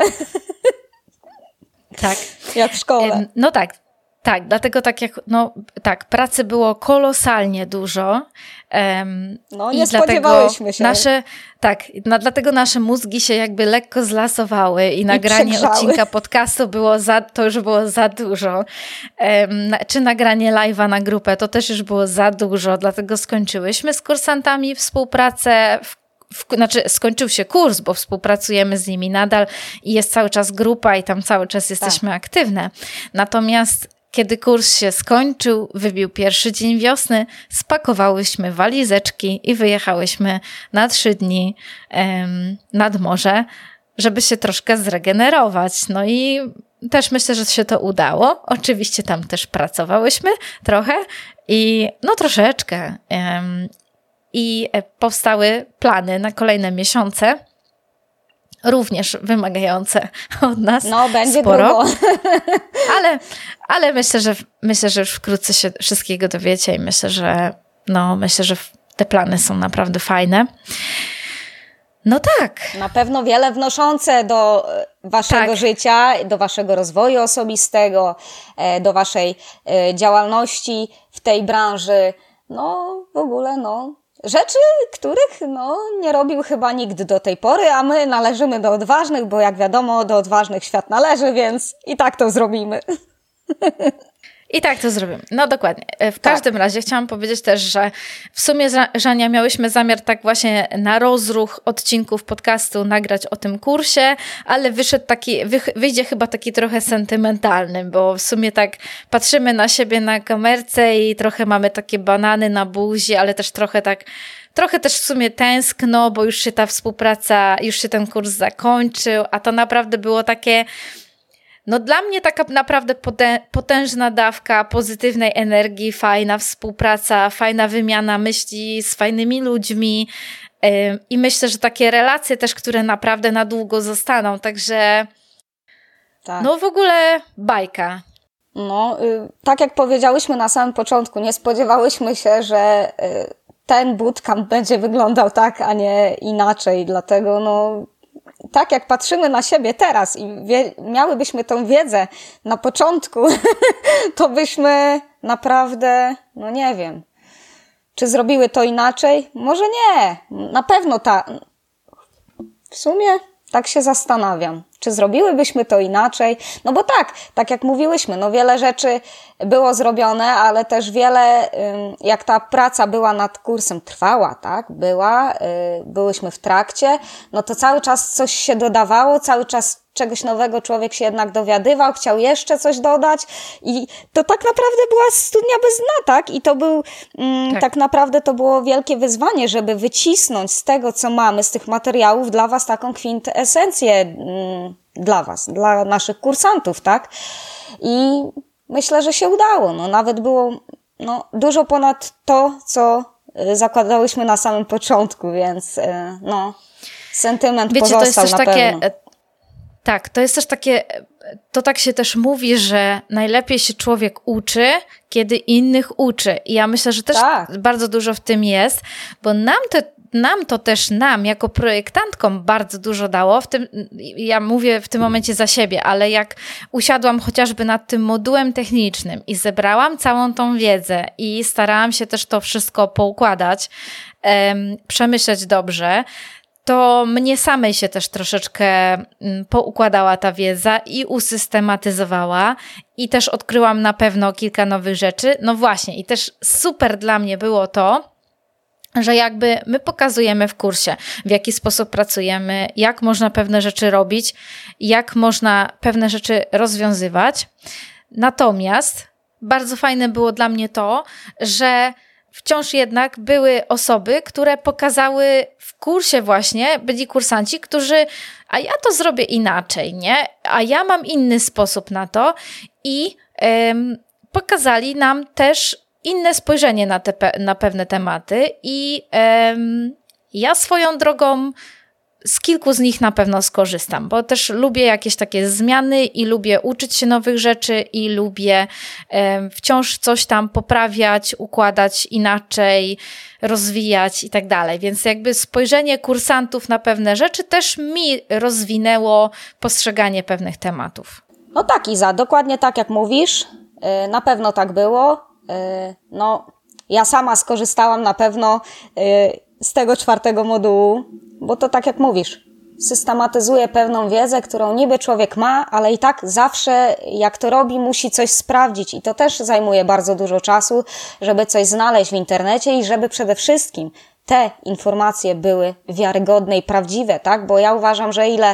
Speaker 2: Tak.
Speaker 1: Jak w szkole.
Speaker 2: No tak, tak, dlatego tak jak, no tak, pracy było kolosalnie dużo. Um,
Speaker 1: no nie spodziewałyśmy się.
Speaker 2: Nasze, tak, no, dlatego nasze mózgi się jakby lekko zlasowały i, I nagranie przegrzały. Odcinka podcastu było za, to już było za dużo. Um, czy nagranie live'a na grupę, to też już było za dużo, dlatego skończyłyśmy z kursantami współpracę w W, znaczy skończył się kurs, bo współpracujemy z nimi nadal i jest cały czas grupa i tam cały czas jesteśmy tak. aktywne. Natomiast kiedy kurs się skończył, wybił pierwszy dzień wiosny, spakowałyśmy walizeczki i wyjechałyśmy na trzy dni um, nad morze, żeby się troszkę zregenerować. No i też myślę, że się to udało. Oczywiście tam też pracowałyśmy trochę i no troszeczkę. Um, I powstały plany na kolejne miesiące, również wymagające od nas
Speaker 1: no, będzie
Speaker 2: sporo.
Speaker 1: Długo.
Speaker 2: Ale, ale myślę, że myślę, że już wkrótce się wszystkiego dowiecie i myślę, że no, myślę, że te plany są naprawdę fajne. No tak.
Speaker 1: Na pewno wiele wnoszące do waszego tak. życia, do waszego rozwoju osobistego, do waszej działalności w tej branży. No w ogóle no. Rzeczy, których no, nie robił chyba nikt do tej pory, a my należymy do odważnych, bo jak wiadomo, do odważnych świat należy, więc i tak to zrobimy.
Speaker 2: I tak to zrobimy. No dokładnie. W każdym tak. razie chciałam powiedzieć też, że w sumie, Żania, miałyśmy zamiar tak właśnie na rozruch odcinków podcastu nagrać o tym kursie, ale wyszedł taki, wyjdzie chyba taki trochę sentymentalny, bo w sumie tak patrzymy na siebie na kamerce i trochę mamy takie banany na buzi, ale też trochę tak Trochę też w sumie tęskno, bo już się ta współpraca, już się ten kurs zakończył, a to naprawdę było takie... No dla mnie taka naprawdę potężna dawka pozytywnej energii, fajna współpraca, fajna wymiana myśli z fajnymi ludźmi i myślę, że takie relacje też, które naprawdę na długo zostaną, także tak. no w ogóle bajka.
Speaker 1: No, tak jak powiedziałyśmy na samym początku, nie spodziewałyśmy się, że ten bootcamp będzie wyglądał tak, a nie inaczej, dlatego no... Tak jak patrzymy na siebie teraz i wie, miałybyśmy tą wiedzę na początku, to byśmy naprawdę, no nie wiem, czy zrobiły to inaczej? Może nie, na pewno ta, w sumie tak się zastanawiam, czy zrobiłybyśmy to inaczej? No bo tak, tak jak mówiłyśmy, no wiele rzeczy było zrobione, ale też wiele, jak ta praca była nad kursem, trwała, tak, była, byłyśmy w trakcie, no to cały czas coś się dodawało, cały czas czegoś nowego człowiek się jednak dowiadywał, chciał jeszcze coś dodać i to tak naprawdę była studnia bez dna, tak? I to był, mm, tak. tak naprawdę to było wielkie wyzwanie, żeby wycisnąć z tego, co mamy, z tych materiałów dla was taką kwintesencję mm, dla was, dla naszych kursantów, tak? I myślę, że się udało, no nawet było no, dużo ponad to, co zakładałyśmy na samym początku, więc no, sentyment
Speaker 2: Wiecie,
Speaker 1: pozostał
Speaker 2: to jest też
Speaker 1: na
Speaker 2: takie,
Speaker 1: pewno.
Speaker 2: Tak, to jest też takie, to tak się też mówi, że najlepiej się człowiek uczy, kiedy innych uczy. I ja myślę, że też tak. bardzo dużo w tym jest, bo nam to, nam to też, nam jako projektantkom bardzo dużo dało. W tym, ja mówię w tym momencie za siebie, ale jak usiadłam chociażby nad tym modułem technicznym i zebrałam całą tą wiedzę i starałam się też to wszystko poukładać, um, przemyśleć dobrze, to mnie samej się też troszeczkę poukładała ta wiedza i usystematyzowała i też odkryłam na pewno kilka nowych rzeczy. No właśnie i też super dla mnie było to, że jakby my pokazujemy w kursie, w jaki sposób pracujemy, jak można pewne rzeczy robić, jak można pewne rzeczy rozwiązywać. Natomiast bardzo fajne było dla mnie to, że wciąż jednak były osoby, które pokazały w kursie właśnie, byli kursanci, którzy, a ja to zrobię inaczej, nie? A ja mam inny sposób na to i ym, pokazali nam też inne spojrzenie na, te, na pewne tematy i ym, ja swoją drogą z kilku z nich na pewno skorzystam, bo też lubię jakieś takie zmiany i lubię uczyć się nowych rzeczy i lubię e, wciąż coś tam poprawiać, układać inaczej, rozwijać i tak dalej. Więc jakby spojrzenie kursantów na pewne rzeczy też mi rozwinęło postrzeganie pewnych tematów.
Speaker 1: No tak, Iza, dokładnie tak jak mówisz. Yy, na pewno tak było. Yy, no, ja sama skorzystałam na pewno yy, z tego czwartego modułu, bo to tak jak mówisz, systematyzuje pewną wiedzę, którą niby człowiek ma, ale i tak zawsze jak to robi, musi coś sprawdzić i to też zajmuje bardzo dużo czasu, żeby coś znaleźć w internecie i żeby przede wszystkim te informacje były wiarygodne i prawdziwe, tak? Bo ja uważam, że ile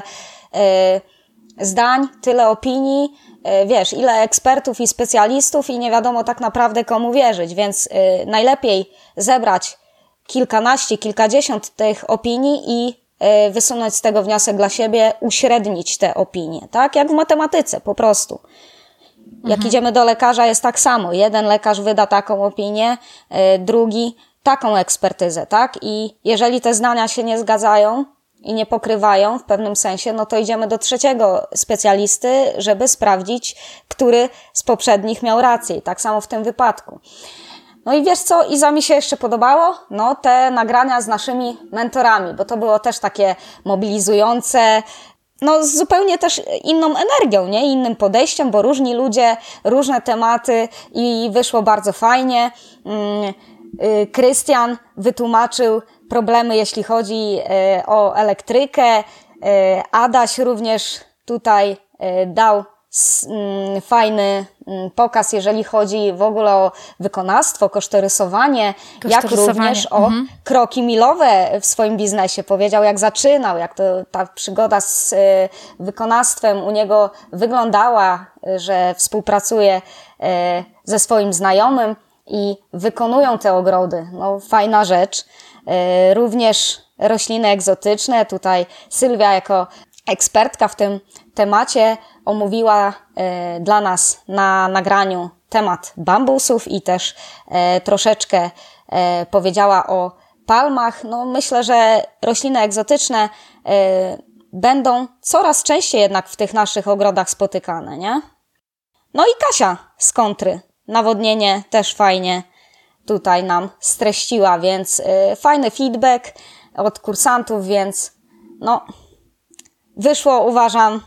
Speaker 1: y, zdań, tyle opinii, y, wiesz, ile ekspertów i specjalistów i nie wiadomo tak naprawdę komu wierzyć, więc y, najlepiej zebrać kilkanaście, kilkadziesiąt tych opinii i y, wysunąć z tego wniosek dla siebie, uśrednić te opinie, tak? Jak w matematyce, po prostu. Jak mhm. idziemy do lekarza, jest tak samo. Jeden lekarz wyda taką opinię, y, drugi taką ekspertyzę, tak? I jeżeli te zdania się nie zgadzają i nie pokrywają w pewnym sensie, no to idziemy do trzeciego specjalisty, żeby sprawdzić, który z poprzednich miał rację. I tak samo w tym wypadku. No i wiesz co, Iza, mi się jeszcze podobało? No te nagrania z naszymi mentorami, bo to było też takie mobilizujące, no z zupełnie też inną energią, nie? Innym podejściem, bo różni ludzie, różne tematy i wyszło bardzo fajnie. Krystian wytłumaczył problemy, jeśli chodzi o elektrykę. Adaś również tutaj dał fajny pokaz, jeżeli chodzi w ogóle o wykonawstwo, kosztorysowanie, kosztorysowanie. Jak również o mhm. kroki milowe w swoim biznesie. Powiedział, jak zaczynał, jak to ta przygoda z wykonawstwem u niego wyglądała, że współpracuje ze swoim znajomym i wykonują te ogrody. No, fajna rzecz. Również rośliny egzotyczne. Tutaj Sylwia jako ekspertka w tym temacie omówiła e, dla nas na nagraniu temat bambusów i też e, troszeczkę e, powiedziała o palmach. No, myślę, że rośliny egzotyczne e, będą coraz częściej jednak w tych naszych ogrodach spotykane, nie? No i Kasia z kontry. Nawodnienie też fajnie tutaj nam streściła, więc e, fajny feedback od kursantów, więc no wyszło, uważam,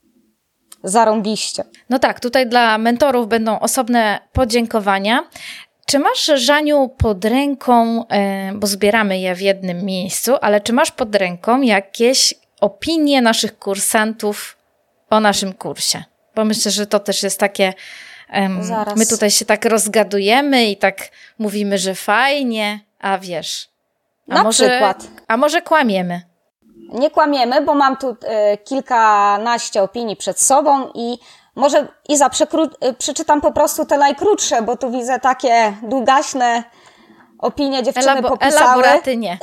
Speaker 1: zarąbiście.
Speaker 2: No tak, tutaj dla mentorów będą osobne podziękowania. Czy masz, Żaniu, pod ręką, bo zbieramy je w jednym miejscu, ale czy masz pod ręką jakieś opinie naszych kursantów o naszym kursie? Bo myślę, że to też jest takie, um, my tutaj się tak rozgadujemy i tak mówimy, że fajnie, a wiesz. A
Speaker 1: Na
Speaker 2: może,
Speaker 1: przykład.
Speaker 2: A może kłamiemy?
Speaker 1: Nie kłamiemy, bo mam tu y, kilkanaście opinii przed sobą i może Iza przekró- y, przeczytam po prostu te najkrótsze, bo tu widzę takie długaśne opinie dziewczyny Elabo- popisały,
Speaker 2: nie.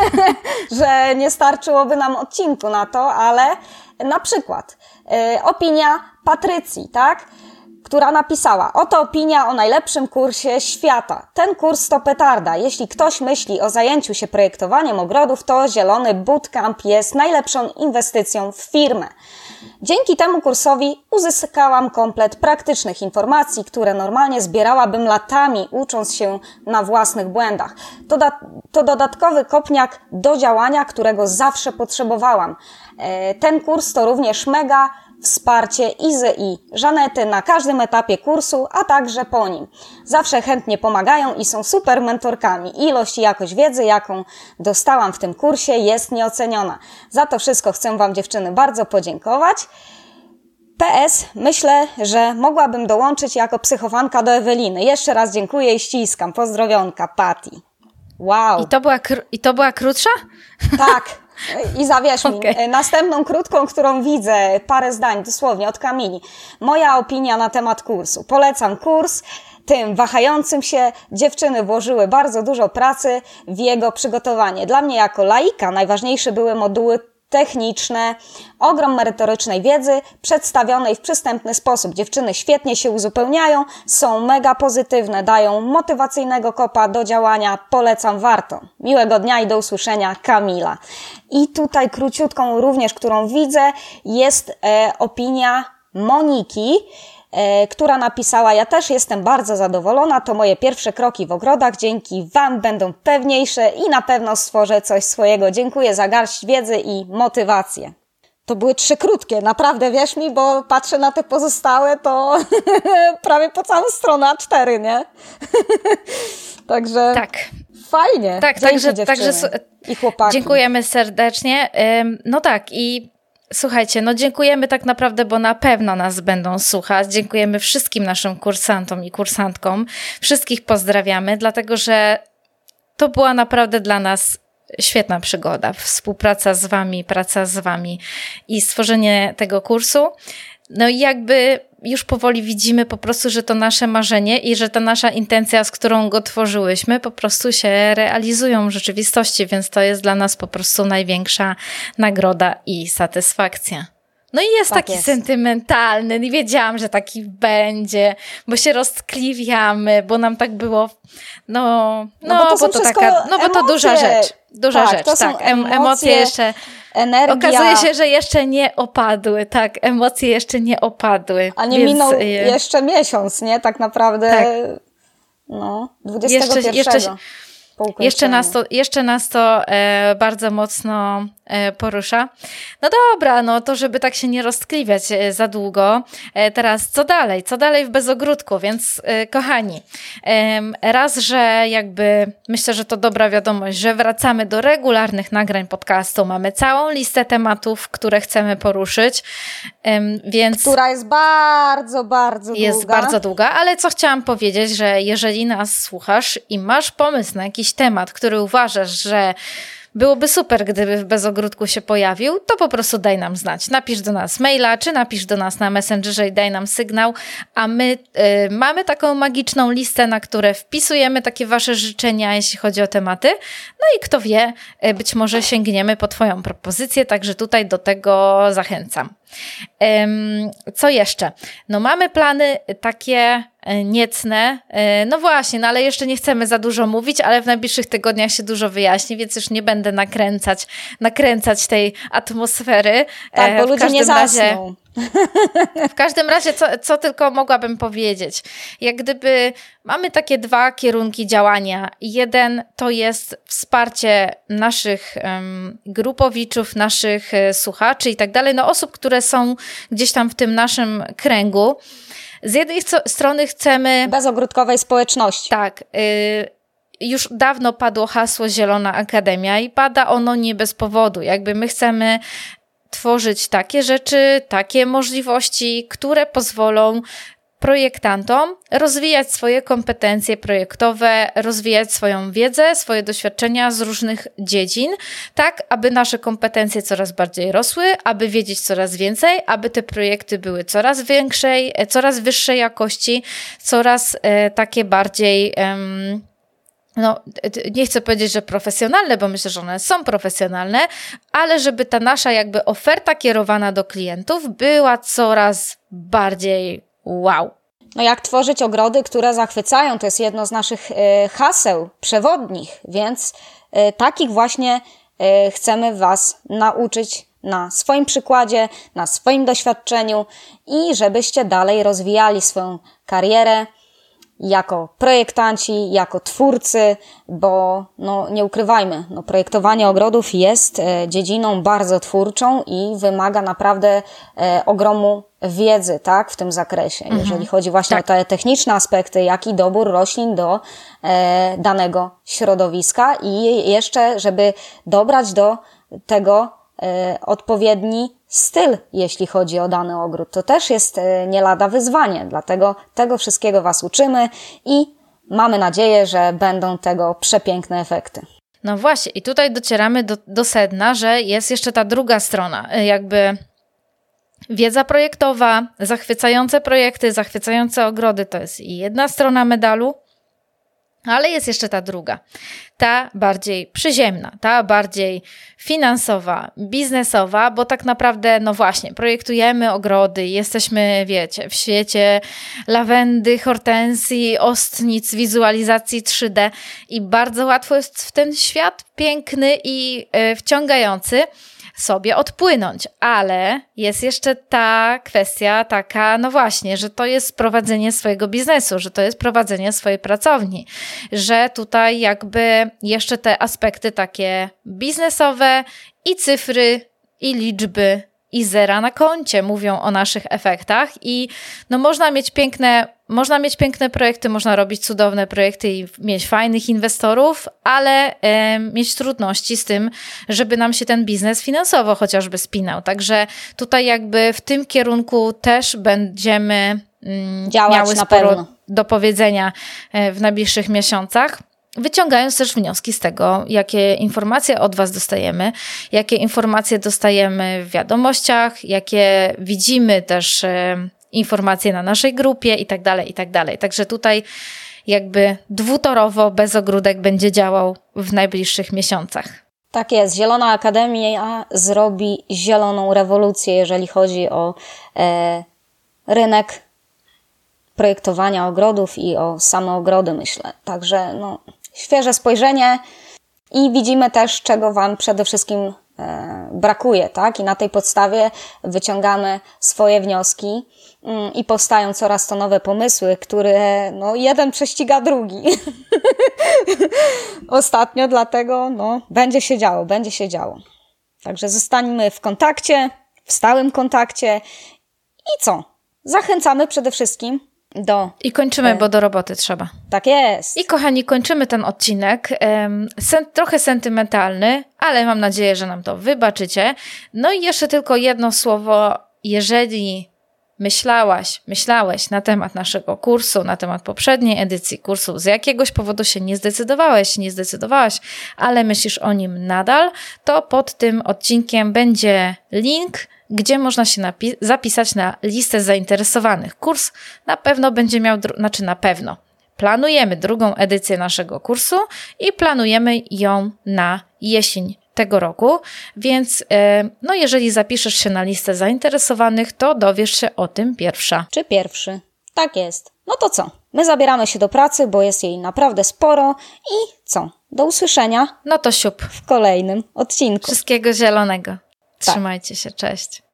Speaker 1: że nie starczyłoby nam odcinku na to, ale na przykład y, opinia Patrycji, tak? która napisała: oto opinia o najlepszym kursie świata. Ten kurs to petarda. Jeśli ktoś myśli o zajęciu się projektowaniem ogrodów, to Zielony Bootcamp jest najlepszą inwestycją w firmę. Dzięki temu kursowi uzyskałam komplet praktycznych informacji, które normalnie zbierałabym latami, ucząc się na własnych błędach. To, da- to dodatkowy kopniak do działania, którego zawsze potrzebowałam. E, ten kurs to również mega wsparcie Izy i Żanety na każdym etapie kursu, a także po nim. Zawsze chętnie pomagają i są super mentorkami. Ilość i jakość wiedzy, jaką dostałam w tym kursie, jest nieoceniona. Za to wszystko chcę Wam, dziewczyny, bardzo podziękować. P S. Myślę, że mogłabym dołączyć jako psychofanka do Eweliny. Jeszcze raz dziękuję i ściskam. Pozdrowionka, Patty. Wow.
Speaker 2: I to była, kr- i to była krótsza?
Speaker 1: Tak. I zawierz mi,
Speaker 2: okay.
Speaker 1: Następną krótką, którą widzę, parę zdań dosłownie od Kamili. Moja opinia na temat kursu. Polecam kurs. Tym wahającym się dziewczyny włożyły bardzo dużo pracy w jego przygotowanie. Dla mnie jako laika najważniejsze były moduły techniczne, ogrom merytorycznej wiedzy przedstawionej w przystępny sposób. Dziewczyny świetnie się uzupełniają, są mega pozytywne, dają motywacyjnego kopa do działania. Polecam, warto. Miłego dnia i do usłyszenia, Kamila. I tutaj króciutką również, którą widzę, jest e, opinia Moniki, e, która napisała: ja też jestem bardzo zadowolona, to moje pierwsze kroki w ogrodach, dzięki Wam będą pewniejsze i na pewno stworzę coś swojego. Dziękuję za garść wiedzy i motywację. To były trzy krótkie, naprawdę, wierz mi, bo patrzę na te pozostałe, to prawie po całą stronę A cztery, nie? Także...
Speaker 2: Tak.
Speaker 1: Fajnie.
Speaker 2: Tak,
Speaker 1: dzięki,
Speaker 2: także,
Speaker 1: dziewczyny
Speaker 2: także
Speaker 1: i chłopaki.
Speaker 2: Dziękujemy serdecznie. No tak, i słuchajcie, no dziękujemy tak naprawdę, bo na pewno nas będą słuchać. Dziękujemy wszystkim naszym kursantom i kursantkom. Wszystkich pozdrawiamy, dlatego że to była naprawdę dla nas świetna przygoda. Współpraca z Wami, praca z Wami i stworzenie tego kursu. No i jakby już powoli widzimy po prostu, że to nasze marzenie i że ta nasza intencja, z którą go tworzyłyśmy, po prostu się realizują w rzeczywistości, więc to jest dla nas po prostu największa nagroda i satysfakcja. No i jest tak taki jest. sentymentalny, i wiedziałam, że taki będzie, bo się roztkliwiamy, bo nam tak było, no, no, no bo, to, bo to taka, no bo to duża rzecz, duża tak, rzecz, to tak, emocje, emocje jeszcze, energia. Okazuje się, że jeszcze nie opadły, tak, emocje jeszcze nie opadły.
Speaker 1: A nie więc, minął jeszcze miesiąc, nie, tak naprawdę, tak. No, dwudziestego pierwszego. Jeszcze, jeszcze,
Speaker 2: Jeszcze nas to, jeszcze nas to e, bardzo mocno e, porusza. No dobra, no to żeby tak się nie roztkliwiać e, za długo. E, teraz co dalej? Co dalej w Bezogródku? Więc e, kochani, e, raz, że jakby myślę, że to dobra wiadomość, że wracamy do regularnych nagrań podcastu. Mamy całą listę tematów, które chcemy poruszyć. E, więc
Speaker 1: która jest bardzo, bardzo długa.
Speaker 2: Jest bardzo długa, ale co chciałam powiedzieć, że jeżeli nas słuchasz i masz pomysł na jakiś temat, który uważasz, że byłoby super, gdyby w Bezogródku się pojawił, to po prostu daj nam znać. Napisz do nas maila, czy napisz do nas na Messengerze i daj nam sygnał, a my y, mamy taką magiczną listę, na które wpisujemy takie wasze życzenia, jeśli chodzi o tematy. No i kto wie, y, być może sięgniemy po twoją propozycję, także tutaj do tego zachęcam. Ym, co jeszcze? No mamy plany takie niecne. No właśnie, no ale jeszcze nie chcemy za dużo mówić, ale w najbliższych tygodniach się dużo wyjaśni, więc już nie będę nakręcać, nakręcać tej atmosfery.
Speaker 1: Tak, bo w ludzie nie zasną.
Speaker 2: Razie, w każdym razie, co, co tylko mogłabym powiedzieć. Jak gdyby mamy takie dwa kierunki działania. Jeden to jest wsparcie naszych um, grupowiczów, naszych e, słuchaczy i tak dalej, no osób, które są gdzieś tam w tym naszym kręgu. Z jednej strony chcemy...
Speaker 1: bezogródkowej społeczności.
Speaker 2: Tak. Y, już dawno padło hasło Zielona Akademia i pada ono nie bez powodu. Jakby my chcemy tworzyć takie rzeczy, takie możliwości, które pozwolą projektantom rozwijać swoje kompetencje projektowe, rozwijać swoją wiedzę, swoje doświadczenia z różnych dziedzin, tak aby nasze kompetencje coraz bardziej rosły, aby wiedzieć coraz więcej, aby te projekty były coraz większej, coraz wyższej jakości, coraz e, takie bardziej... Em, no, nie chcę powiedzieć, że profesjonalne, bo myślę, że one są profesjonalne, ale żeby ta nasza jakby oferta kierowana do klientów była coraz bardziej wow.
Speaker 1: No jak tworzyć ogrody, które zachwycają, to jest jedno z naszych y, haseł przewodnich, więc y, takich właśnie y, chcemy Was nauczyć na swoim przykładzie, na swoim doświadczeniu i żebyście dalej rozwijali swoją karierę jako projektanci, jako twórcy, bo no nie ukrywajmy, no projektowanie ogrodów jest e, dziedziną bardzo twórczą i wymaga naprawdę e, ogromu wiedzy, tak, w tym zakresie, mhm. jeżeli chodzi właśnie tak. o te techniczne aspekty, jak i dobór roślin do e, danego środowiska i jeszcze, żeby dobrać do tego e, odpowiedni styl, jeśli chodzi o dany ogród. To też jest nie lada wyzwanie, dlatego tego wszystkiego Was uczymy i mamy nadzieję, że będą tego przepiękne efekty.
Speaker 2: No właśnie i tutaj docieramy do, do sedna, że jest jeszcze ta druga strona, jakby wiedza projektowa, zachwycające projekty, zachwycające ogrody to jest jedna strona medalu, ale jest jeszcze ta druga, ta bardziej przyziemna, ta bardziej finansowa, biznesowa, bo tak naprawdę, no właśnie, projektujemy ogrody, jesteśmy, wiecie, w świecie lawendy, hortensji, ostnic, wizualizacji trzy D i bardzo łatwo jest w ten świat piękny i yy, wciągający sobie odpłynąć, ale jest jeszcze ta kwestia taka, no właśnie, że to jest prowadzenie swojego biznesu, że to jest prowadzenie swojej pracowni, że tutaj jakby jeszcze te aspekty takie biznesowe i cyfry, i liczby, i zera na koncie mówią o naszych efektach i no można mieć piękne, można mieć piękne projekty, można robić cudowne projekty i mieć fajnych inwestorów, ale e, mieć trudności z tym, żeby nam się ten biznes finansowo chociażby spinał. Także tutaj jakby w tym kierunku też będziemy mm,
Speaker 1: działać
Speaker 2: miały
Speaker 1: na
Speaker 2: sporo
Speaker 1: pewno.
Speaker 2: do powiedzenia w najbliższych miesiącach. Wyciągając też wnioski z tego, jakie informacje od Was dostajemy, jakie informacje dostajemy w wiadomościach, jakie widzimy też e, informacje na naszej grupie i tak dalej, i tak dalej. Także tutaj jakby dwutorowo Bezogródek będzie działał w najbliższych miesiącach.
Speaker 1: Tak jest. Zielona Akademia zrobi zieloną rewolucję, jeżeli chodzi o e, rynek projektowania ogrodów i o same ogrody, myślę. Także no, świeże spojrzenie i widzimy też, czego Wam przede wszystkim e, brakuje, tak? I na tej podstawie wyciągamy swoje wnioski mm, i powstają coraz to nowe pomysły, które no, jeden prześciga drugi. Ostatnio, dlatego no, będzie się działo, będzie się działo. Także zostańmy w kontakcie, w stałym kontakcie i co? Zachęcamy przede wszystkim do...
Speaker 2: I kończymy, bo do roboty trzeba.
Speaker 1: Tak jest.
Speaker 2: I kochani, kończymy ten odcinek. Um, sen, trochę sentymentalny, ale mam nadzieję, że nam to wybaczycie. No i jeszcze tylko jedno słowo. Jeżeli myślałaś, myślałeś na temat naszego kursu, na temat poprzedniej edycji kursu, z jakiegoś powodu się nie zdecydowałeś, nie zdecydowałaś, ale myślisz o nim nadal, to pod tym odcinkiem będzie link, gdzie można się napi- zapisać na listę zainteresowanych. Kurs na pewno będzie miał, dru- znaczy na pewno, planujemy drugą edycję naszego kursu i planujemy ją na jesień tego roku, więc yy, no jeżeli zapiszesz się na listę zainteresowanych, to dowiesz się o tym pierwsza.
Speaker 1: Czy pierwszy. Tak jest. No to co? My zabieramy się do pracy, bo jest jej naprawdę sporo i co? Do usłyszenia.
Speaker 2: No to siup.
Speaker 1: W kolejnym odcinku.
Speaker 2: Wszystkiego zielonego. Trzymajcie się, cześć.